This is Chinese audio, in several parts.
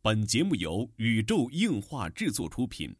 本节目由宇宙硬化制作出品。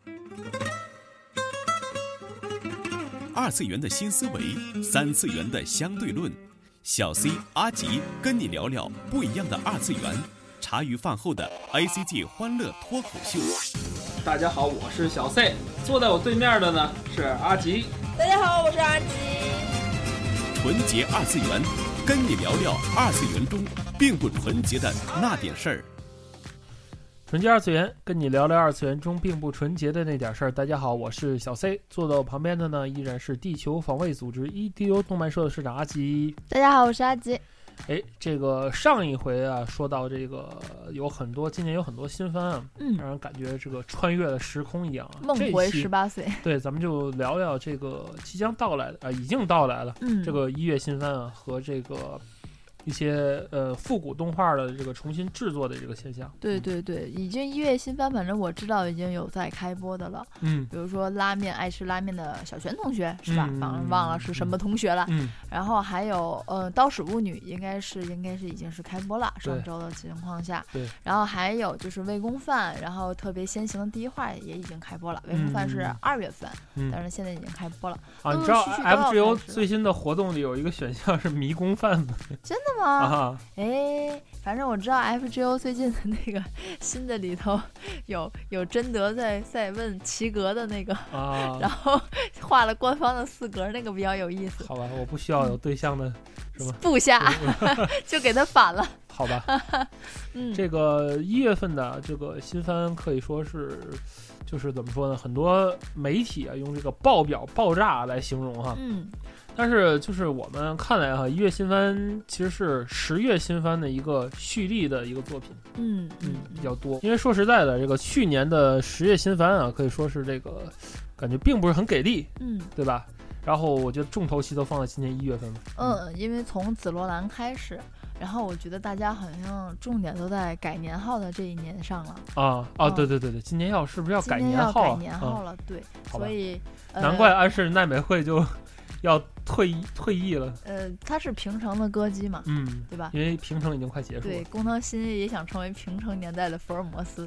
二次元的新思维，三次元的相对论。小 C 阿吉跟你聊聊不一样的二次元。茶余饭后的 ACG 欢乐脱口秀。 大家好，我是小 C， 坐在我对面的呢是阿吉。 大家好，我是阿吉。 纯洁二次元，跟你聊聊二次元中并不纯洁的那点事儿。 纯洁二次元，跟你聊聊二次元中并不纯洁的那点事儿。大家好，我是小 C， 坐在我旁边的呢依然是地球防卫组织 EDO 动漫社的社长阿吉。 大家好，我是阿吉。 这个上一回啊，说到这个今年有很多新番啊，让人感觉这个穿越了时空一样啊， 梦回18岁。 对，咱们就聊聊这个即将到来的已经到来了，这个1月新番啊和这个一些复古动画的这个重新制作的这个现象。 对对对，已经1月新番，反正我知道已经有在开播的了。比如说爱吃拉面的小泉同学是吧？忘了是什么同学了。然后还有刀使巫女应该是已经是开播了，上周的情况下。对。然后还有就是魏公饭，然后特别先行的第一话也已经开播了。魏公饭是2月份，但是现在已经开播了。 你知道 FGO 最新的活动里有一个选项是迷宫饭吗？ 真的吗？反正我知道 FGO 最近的那个新的里头有贞德在问齐格的那个然后画了官方的4格，那个比较有意思。 好吧，我不需要有对象的是吧？ 部下就给他反了。 好吧，这个1月份的这个新番可以说是就是怎么说呢？很多媒体啊用这个爆表爆炸来形容哈。但是就是我们看来哈，1月新番其实是10月新番的一个蓄力的一个作品，比较多。因为说实在的，这个去年的10月新番啊，可以说是这个感觉并不是很给力，对吧？然后我觉得重头戏都放在今年1月份了。 因为从紫罗兰开始，然后我觉得大家好像重点都在改年号的这一年上了。 对，今年是不是要改年号？ 改年号了，对，所以难怪安室奈美惠就要退役了。 他是平成的歌姬嘛，对吧？ 因为平成已经快结束了。 对，工藤新一也想成为平成年代的福尔摩斯。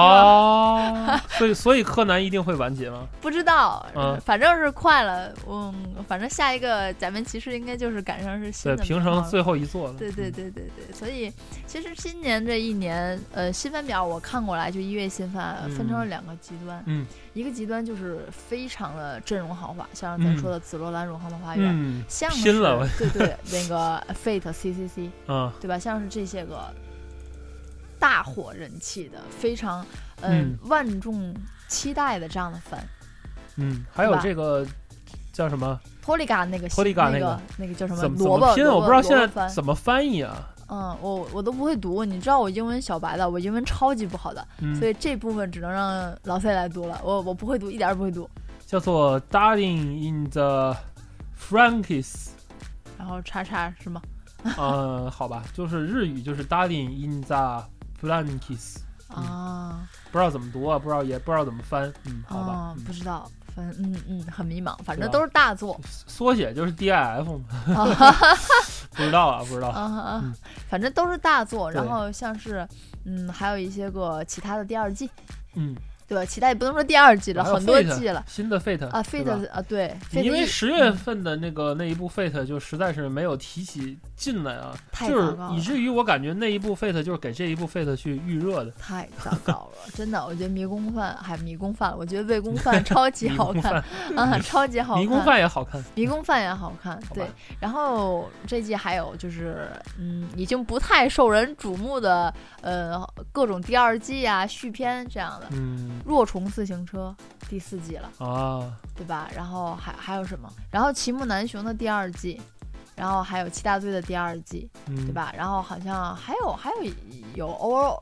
所以柯南一定会完结吗？ 不知道，反正是快了。反正下一个假面骑士应该就是赶上是新的平成最后一作了。 对，所以其实今年这一年，新番表我看过来，就1月新番分成了2个极端。一个极端就是非常的阵容豪华，像咱说的紫罗兰永恒的花园，像是拼了， 对那个 Fate CCC，对吧？像是这些个大火人气的，非常万众期待的这样的番。 还有这个叫什么 ？Poliga 那个叫什么？ 怎么拼？我不知道现在怎么翻译啊。 我都不会读，你知道我英文小白的，我英文超级不好的，所以这部分只能让老 C 来读了，我不会读，一点不会读。 叫做 Darling in the Franxx， 然后叉叉是吗？ 好吧，就是日语就是 Darling in the Franxx。不知道怎么读啊，也不知道怎么翻。好吧， 不知道。很迷茫，反正都是大作， 缩写就是 DIF 不知道。 反正都是大作，然后像是还有一些个其他的第2季，对吧？其他也不能说第2季了，很多季了。 新的 Fate Fate 对， 因为10月份的那一部 Fate 就实在是没有提起进来啊，就是以至于我感觉那一部 Fate 就是给这一部 Fate 去预热的， 太糟糕了，真的。我觉得迷宫饭我觉得魏公饭超级好看超级好看， 迷宫饭也好看， 对。然后这季还有就是已经不太受人瞩目的各种第2季啊续篇这样的，若虫自行车第4季了对吧？然后还有什么？然后齐木楠雄的第2季，然后还有七大队的第2季，对吧？然后好像还有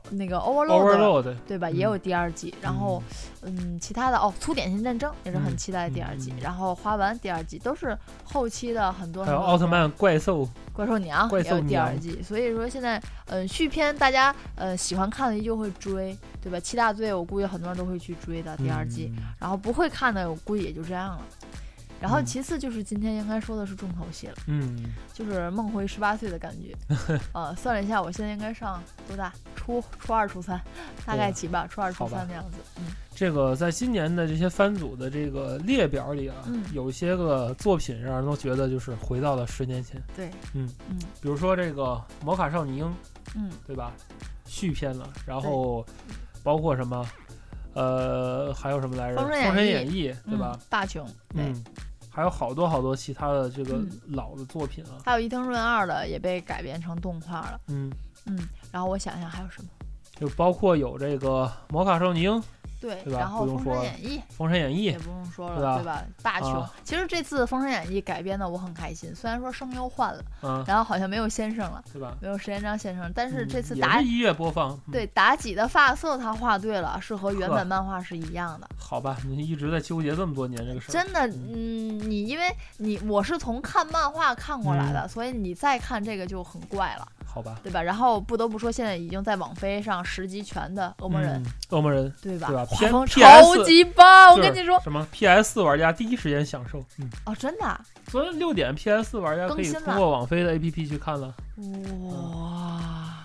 Overload 对吧？也有第2季。然后其他的粗点心战争也是很期待的第2季。然后花丸第2季都是后期的很多。 还有奥特曼怪兽娘也有第2季。所以说现在续篇大家喜欢看的就会追，对吧？七大队我估计很多人都会去追的第2季。然后不会看的我估计也就这样了。 然后其次就是今天应该说的是重头戏了，就是梦回18岁的感觉。算了一下，我现在应该上多大？初2、初3，大概齐吧，初2、初3的样子。 这个在今年的这些番组的这个列表里啊，有些个作品让人都觉得就是回到了10年前。 对， 比如说这个魔卡少女樱，对吧？续篇了，然后包括什么，还有什么来着？封神演义，对吧？ 大雄， 还有好多其他的这个老的作品啊。 还有伊藤润二的也被改编成动画了。然后我想想还有什么？ 就包括有这个魔卡少女樱。对吧？然后 《封神演义》 也不用说了，对吧？大雄，其实这次《封神演义》改编的我很开心，虽然说声优换了，然后好像没有先生了， 对吧？ 没有石岩章先生，但是这次也是1月播放。 对，妲己的发色他画对了，是和原本漫画是一样的。 好吧，你一直在纠结这么多年这个事儿。 真的，你因为我是从看漫画看过来的，所以你再看这个就很怪了。 好吧， 对吧？然后不得不说，现在已经在网飞上10集全的恶魔人，对吧？ 画风超级棒，我跟你说， 什么 PS4 玩家第一时间享受。 真的啊？ 昨天6点 PS4 玩家可以通过网飞的 APP 去看了。 哇，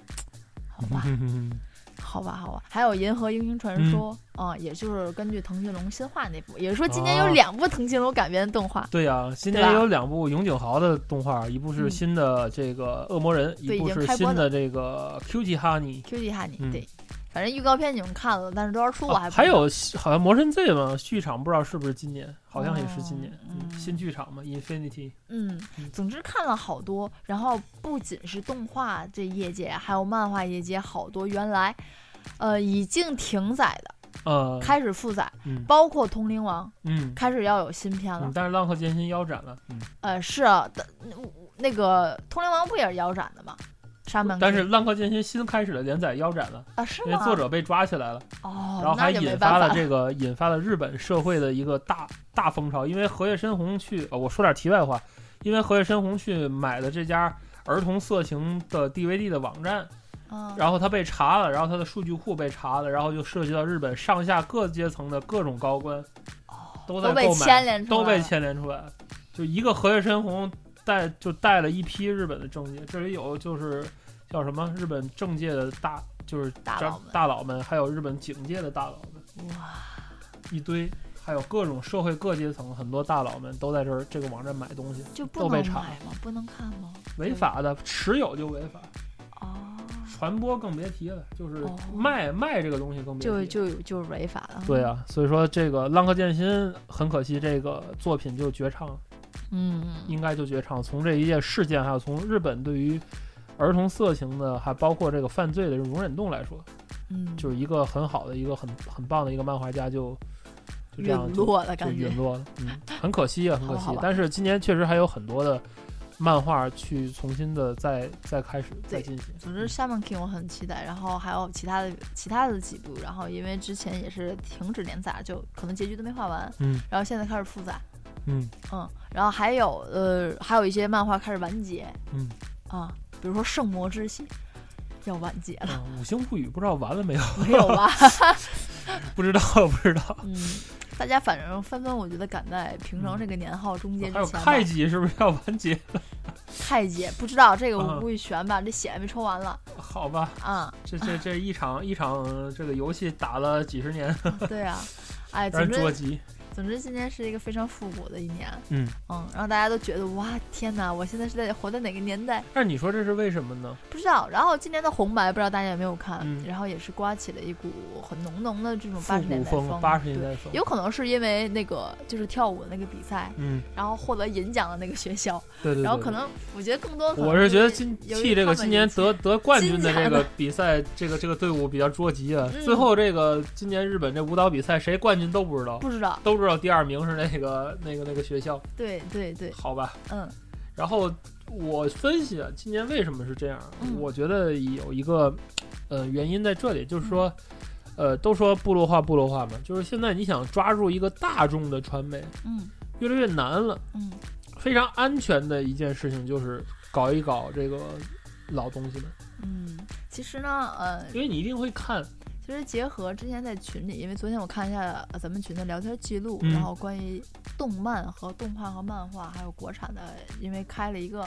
好吧，还有《银河英雄传说》也就是根据藤新龙新画那部，也就是说今年有2部藤新龙改编的动画。 对呀，今年有2部永井豪的动画，一部是新的这个恶魔人，一部是新的这个 Cutie Honey。 对，反正预告片已经看了，但是多少出我还不知道。 还有好像魔神 Z 嘛，剧场不知道是不是今年，好像也是今年，新剧场嘛 ，Infinity。 总之看了好多，然后不仅是动画这业界，还有漫画业界好多原来已经停载的，开始复载，包括通灵王，开始要有新片了。 但是浪客剑心腰斩了。 是啊，那个通灵王不也是腰斩的吗？ 但是浪客剑心新开始的连载腰斩了啊，是吗？ 因为作者被抓起来了，然后还引发了日本社会的一个大风潮。因为河野深宏去，我说点题外话，因为河野深宏去买的这家儿童色情的 DVD 的网站，然后他被查了，然后他的数据库被查了，然后就涉及到日本上下各阶层的各种高官，都在购买，都被牵连出来。就一个河野深宏带了一批日本的政界，这里有就是叫什么日本政界的大佬们，还有日本警界的大佬们， 哇， 一堆，还有各种社会各阶层很多大佬们都在这个网站买东西， 就不能买吗？不能看吗？ 违法的，持有就违法。传播更别提了，就是卖这个东西更别提， 就是违法了。 对啊，所以说这个浪客剑心很可惜，这个作品就绝唱。应该就绝唱。从这一件事件，还有从日本对于儿童色情的，还包括这个犯罪的容忍度来说，就是一个很好的一个很棒的一个漫画家就这样陨落了，感觉陨落了，很可惜啊，很可惜。但是今年确实还有很多的漫画去重新的再开始再进行。 总之Shaman King我很期待，然后还有其他的几部，然后因为之前也是停止连载，就可能结局都没画完，然后现在开始复载。然后还有一些漫画开始完结，比如说圣魔之血要完结了， 五星物语不知道完了没有？ 没有吧？ 不知道。 大家反正纷纷我觉得赶在平成这个年号终结之前。 还有太极是不是要完结了？ 太极不知道，这个我估计悬吧，这血还没抽完了。 好吧，这一场这个游戏打了几十年。 对啊， 让人捉急。 总之今年是一个非常复古的一年，然后大家都觉得哇天哪，我现在是活在哪个年代？ 但是你说这是为什么呢？ 不知道。然后今年的红白不知道大家有没有看，然后也是刮起了一股很浓的这种80年代风 ，80年代风。 有可能是因为那个就是跳舞的那个比赛，然后获得银奖的那个学校， 对。 然后可能我觉得更多， 我是觉得替这个今年得冠军的这个比赛，这个队伍比较捉急啊。最后这个今年日本这舞蹈比赛谁冠军都不知道，都知道第2名是那个学校。 对。 好吧。然后我分析今年为什么是这样，我觉得有一个原因在这里，就是说都说部落化嘛，就是现在你想抓住一个大众的传媒，越来越难了。非常安全的一件事情就是搞一搞这个老东西们。 其实呢， 因为你一定会看。 其实结合之前在群里，因为昨天我看一下咱们群的聊天记录，然后关于动漫和动画和漫画还有国产的，因为开了一个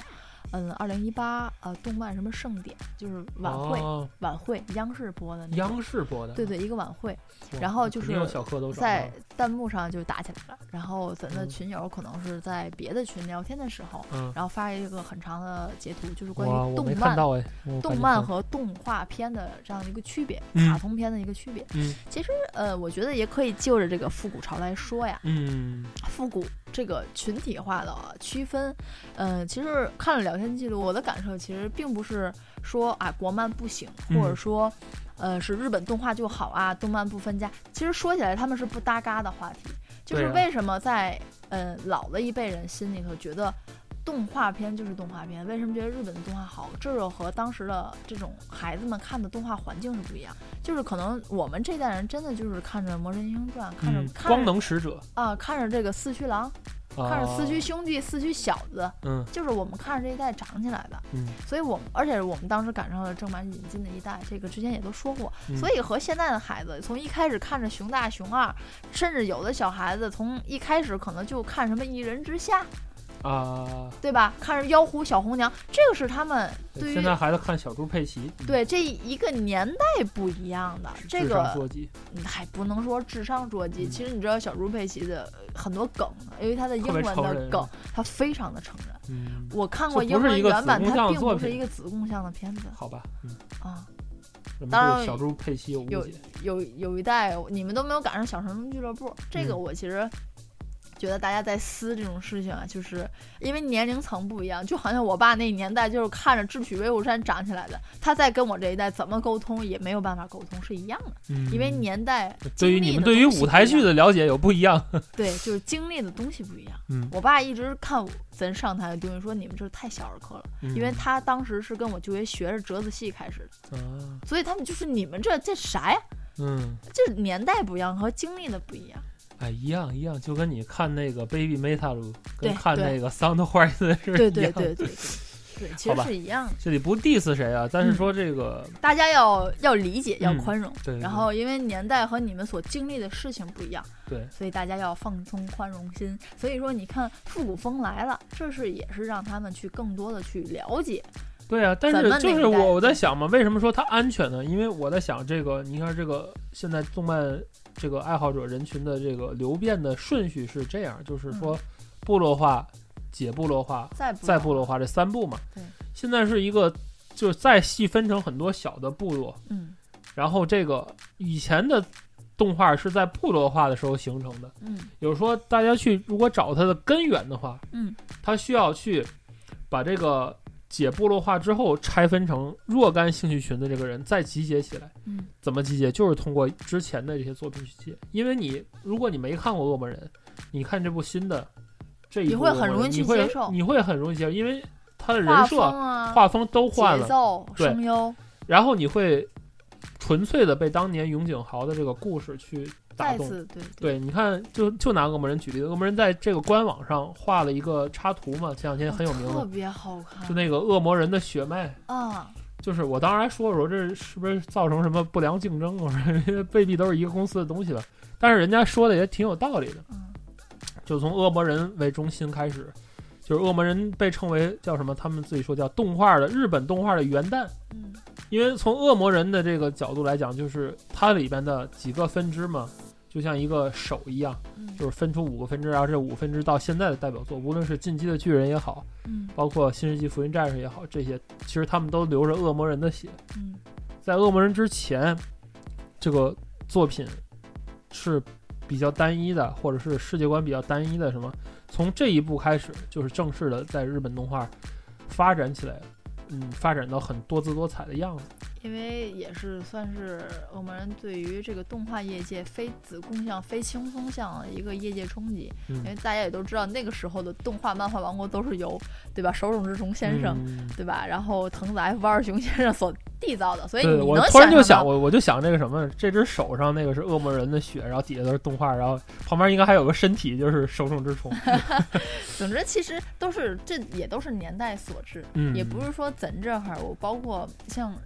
2018动漫什么盛典，就是晚会，央视播的，对对，一个晚会，然后就是在弹幕上就打起来了，然后咱的群友可能是在别的群聊天的时候，然后发一个很长的截图，就是关于动漫和动画片的这样的一个区别，卡通片的一个区别。其实我觉得也可以就着这个复古潮来说呀，复古这个群体化的区分，其实看了聊天记录，我的感受其实并不是说啊国漫不行，或者说是日本动画就好啊，动漫不分家。其实说起来他们是不搭嘎的话题，就是为什么在老的一辈人心里头觉得动画片就是动画片，为什么觉得日本的动画好？这就和当时的这种孩子们看的动画环境是不一样。就是可能我们这代人真的就是看着《魔神英雄传》，看着光能使者啊，看着这个四驱狼，看着四驱兄弟、四驱小子，就是我们看着这一代长起来的，所以而且我们当时赶上了正版引进的一代，这个之前也都说过，所以和现在的孩子从一开始看着熊大、熊二，甚至有的小孩子从一开始可能就看什么一人之下。对吧？看着妖狐小红娘，这个是他们对于现在孩子看小猪佩奇， 对这一个年代不一样的这个还不能说智商捉鸡。其实你知道小猪佩奇的很多梗，因为它的英文的梗，它非常的成人。我看过英文原版，它并不是一个子供向的片子。 好吧， 当然小猪佩奇有一代你们都没有赶上小神龙俱乐部，这个我其实。觉得大家在撕这种事情啊，就是因为年龄层不一样，就好像我爸那年代就是看着智取威虎山长起来的，他在跟我这一代怎么沟通也没有办法沟通，是一样的。因为年代对于你们对于舞台剧的了解有不一样， 对，就是经历的东西不一样。我爸一直看咱上台的东西说你们这太小儿科了，因为他当时是跟我舅爷学着折子戏开始的，所以他们就是你们这啥呀？就是年代不一样和经历的不一样。 一样，就跟你看那个 Baby Metal 跟看那个 Sound White 是一样的。对， 其实是一样的。 这里不 diss 谁啊，但是说这个大家要理解，要宽容。对。然后因为年代和你们所经历的事情不一样，对，所以大家要放松宽容心。所以说，你看复古风来了，这也是让他们去更多的去了解。 对啊，但是就是我在想嘛，为什么说它安全呢？因为我在想这个，你看这个现在动漫这个爱好者人群的这个流变的顺序是这样，就是说部落化、解部落化、再部落化这3步嘛。对，现在是一个就是再细分成很多小的部落，然后这个以前的动画是在部落化的时候形成的，有说大家去如果找它的根源的话，它需要去把这个。解部落化之后拆分成若干兴趣群的这个人再集结起来，怎么集结？就是通过之前的这些作品去集。因为如果你没看过恶魔人，你看这部新的这一部， 你会很容易去接受， 你会很容易接受，因为他的人设、画风都换了， 节奏、声优， 然后你会纯粹的被当年永井豪的这个故事去打动。对，你看，就拿恶魔人举例，恶魔人在这个官网上画了一个插图嘛，前两天很有名的， 特别好看， 就那个恶魔人的血脉啊。就是我当时还说这是不是造成什么不良竞争？我说因为未必都是一个公司的东西了，但是人家说的也挺有道理的。就从恶魔人为中心开始，就是恶魔人被称为叫什么？他们自己说叫日本动画的元旦。因为从恶魔人的这个角度来讲，就是它里边的几个分支嘛，就像一个手一样，就是分出5个分支，然后这5个分支到现在的代表作，无论是进击的巨人也好，包括新世纪福音战士也好，这些其实他们都流着恶魔人的血。在恶魔人之前，这个作品是比较单一的，或者是世界观比较单一的，什么从这一步开始就是正式的在日本动画发展起来，发展到很多姿多彩的样子。 因为也是算是恶魔人对于这个动画业界非子供向、非轻松向的一个业界冲击。因为大家也都知道，那个时候的动画漫画王国都是由对吧手冢治虫先生，对吧，然后藤子 F2雄先生所缔造的，所以你能我突然就想，我就想这个什么，这只手上那个是恶魔人的血，然后底下都是动画，然后旁边应该还有个身体，就是手冢治虫。 总之，其实这也都是年代所致，也不是说咱这儿我包括像日本现在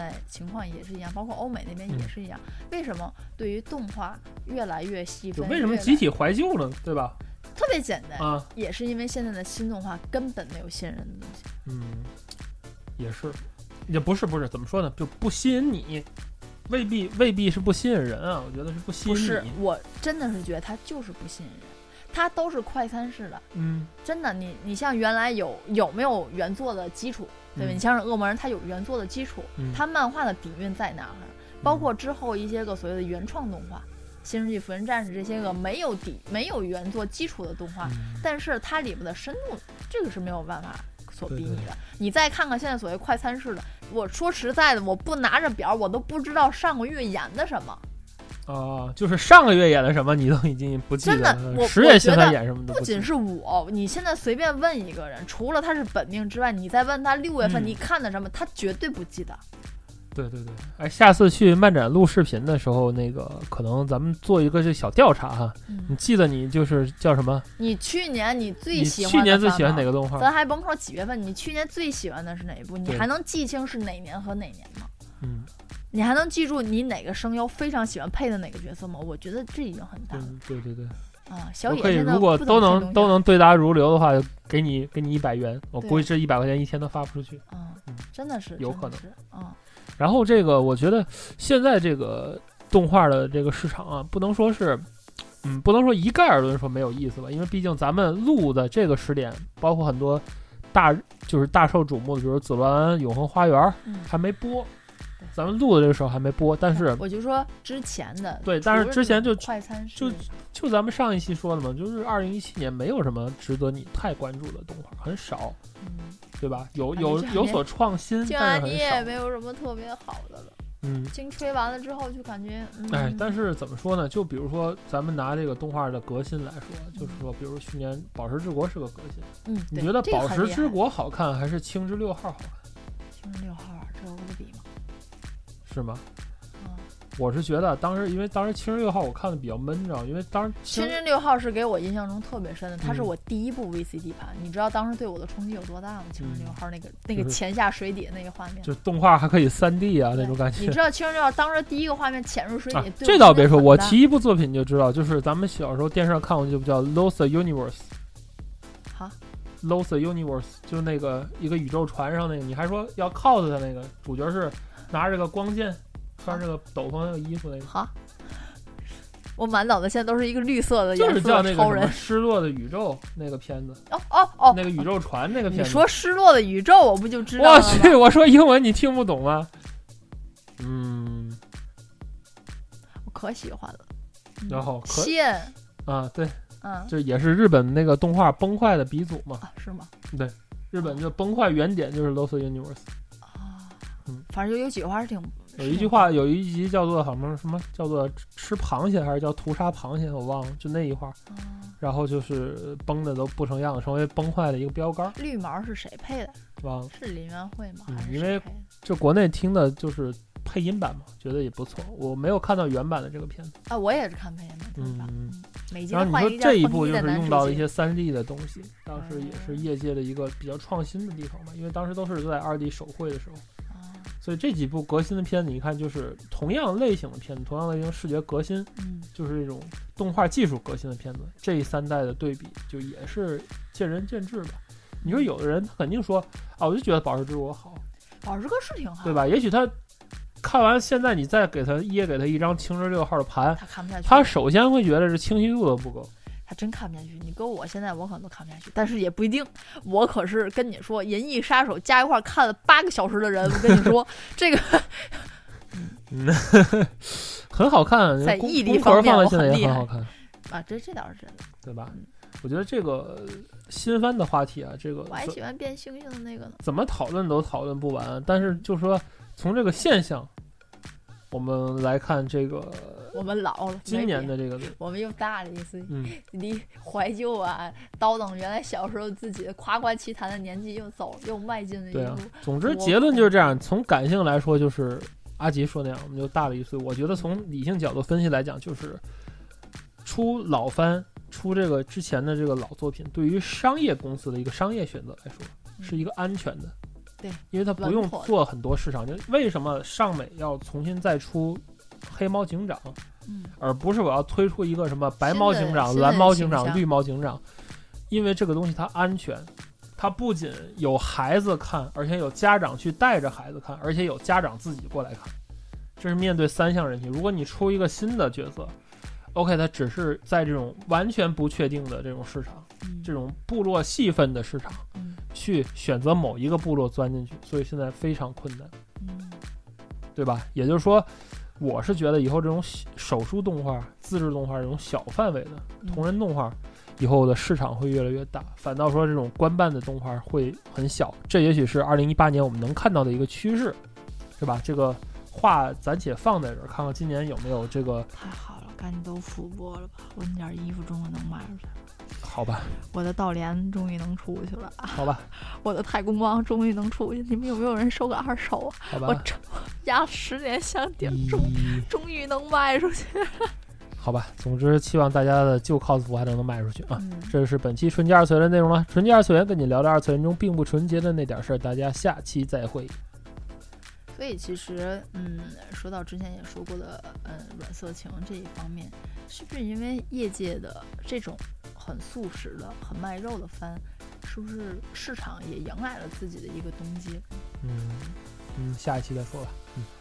在情况也是一样，包括欧美那边也是一样。为什么对于动画越来越细分？ 为什么集体怀旧呢？对吧？ 特别简单啊， 也是因为现在的新动画根本没有吸引人的东西。 也是，也不是怎么说呢？就不吸引你，未必是不吸引人啊。我觉得是不吸引你。 不是，我真的是觉得它就是不吸引人，它都是快餐式的。真的，你像原来有没有原作的基础，对吧？你像是恶魔人，它有原作的基础，它漫画的底蕴在那儿，包括之后一些个所谓的原创动画。新世纪福音战士这些个没有原作基础的动画，但是它里面的深度，这个是没有办法所比拟的。你再看看现在所谓快餐式的，我说实在的，我不拿着表，我都不知道上个月演的什么。 就是上个月演的什么，你都已经不记得了。真的，10月新番演什么都不仅是我，你现在随便问一个人，除了他是本命之外，你再问他6月份你看的什么，他绝对不记得。 对，哎，下次去漫展录视频的时候，那个可能咱们做一个这小调查哈。你记得你就是叫什么？ 你去年你最喜欢哪个动画？ 咱还甭说几月份，你去年最喜欢的是哪一部？你还能记清是哪年和哪年吗？你还能记住你哪个声优非常喜欢配的哪个角色吗？我觉得这已经很大了。 对。 小野可以，如果都能对答如流的话，给你100元，我估计这100块钱一天都发不出去。 真的是有可能。 然后这个，我觉得现在这个动画的这个市场啊，不能说一概而论说没有意思吧，因为毕竟咱们录的这个时点，包括很多大受瞩目的，比如《紫罗兰永恒花园》还没播。咱们录的这个时候还没播，但是我就说之前的对，但是之前就快餐就咱们上一期说的嘛，就是2017年没有什么值得你太关注的动画，很少，对吧？有所创新，但是很少。 你也没有什么特别好的了。经吹完了之后就感觉但是怎么说呢？就比如说咱们拿这个动画的革新来说，就是说，比如去年《宝石之国》是个革新。你觉得《宝石之国》好看还是《青之6号》好看？ 青之6号这有的比吗？ 是吗？我是觉得因为当时青之6号我看的比较闷，知道，因为当时青之6号是给我印象中特别深的，它是我第一部 VCD 盘，你知道当时对我的冲击有多大吗？青之6号那个潜下水底那个画面， 就动画还可以3D 啊那种感觉。 你知道青之6号当时第一个画面潜入水底， 这倒别说，我提一部作品就知道，就是咱们小时候电视上看过，就叫 Lost Universe。Lost Universe 就是那个一个宇宙船上那个，你还说要 cos 他那个主角是拿着个光剑，穿着个斗篷那个衣服那个。 我满脑子现在都是一个绿色的就是叫那个超人。 失落的宇宙那个片子。那个宇宙船那个片子。 你说失落的宇宙，我不就知道了吗？ 我去，我说英文你听不懂吗？ 我可喜欢了。 然后线对。这也是日本那个动画崩坏的鼻祖嘛？ 是吗？ 对，日本就崩坏原点就是 Lost Universe。 反正有几句话是挺。 有一句话，有一集叫做什么叫做吃螃蟹还是叫屠杀螃蟹，我忘了，就那一话。然后就是崩的都不成样子，成为崩坏的一个标杆。 绿毛是谁配的？ 忘了。 是林元惠吗？ 因为就国内听的就是配音版嘛，觉得也不错。我没有看到原版的这个片子我也是看配音版。 然后你说这一部就是用到了一些3D 的东西，当时也是业界的一个比较创新的地方嘛，因为当时都是在2D 手绘的时候，所以这几部革新的片子，你看就是同样类型的片子，同样类型视觉革新，就是这种动画技术革新的片子，这3代的对比就也是见仁见智吧。你说有的人他肯定说我就觉得《宝石之国》好， 《宝石之国》是挺好， 对吧？也许他看完现在你再给他一张青之6号的盘， 他看不下去。 他首先会觉得是清晰度都不够， 他真看不下去。你搁我现在我可能都看不下去，但是也不一定。我可是跟你说，《银翼杀手》加一块看了8个小时的人，我跟你说这个很好看， 在毅力方面放在现在也很好看这倒是真的， 对吧？我觉得这个新番的话题这个我还喜欢变星星的那个呢， 怎么讨论都讨论不完。但是就说从这个现象，我们来看这个， 我们老了， 今年的这个， 我们又大了一岁，离怀旧叨叨原来小时候自己的夸夸其谈的年纪又迈进了一步。 对总之结论就是这样。从感性来说，就是阿吉说那样，我们就大了一岁。我觉得从理性角度分析来讲，就是出老番。出这个之前的这个老作品，对于商业公司的一个商业选择来说，是一个安全的， 对， 因为它不用做很多市场。就为什么上美要重新再出黑猫警长，而不是我要推出一个什么白猫警长、蓝猫警长、绿猫警长？因为这个东西它安全，它不仅有孩子看，而且有家长去带着孩子看，而且有家长自己过来看。这是面对3项人群。如果你出一个新的角色 ，OK， 它只是在这种完全不确定的这种市场，这种部落细分的市场，去选择某一个部落钻进去，所以现在非常困难，对吧？也就是说，我是觉得以后这种手书动画、自制动画这种小范围的同人动画，以后的市场会越来越大，反倒说这种官办的动画会很小。这也许是2018年我们能看到的一个趋势，是吧？这个话暂且放在这儿，看看今年有没有这个。 太好了，赶紧都复播了吧！我那件衣服终于能卖出去。 好吧， 我的道联终于能出去了。 好吧， 我的太公望终于能出去。你们有没有人收个2手啊？ 好吧， 我压10年相定，终于能卖出去。 好吧，总之希望大家的旧 cos 服还能卖出去啊！这是本期纯洁二次元的内容了。纯洁二次元跟你聊聊二次元中并不纯洁的那点事儿，大家下期再会。 所以其实，说到之前也说过的，软色情这一方面，是不是因为业界的这种很速食的、很卖肉的番，是不是市场也迎来了自己的一个冬季？ 下一期再说吧。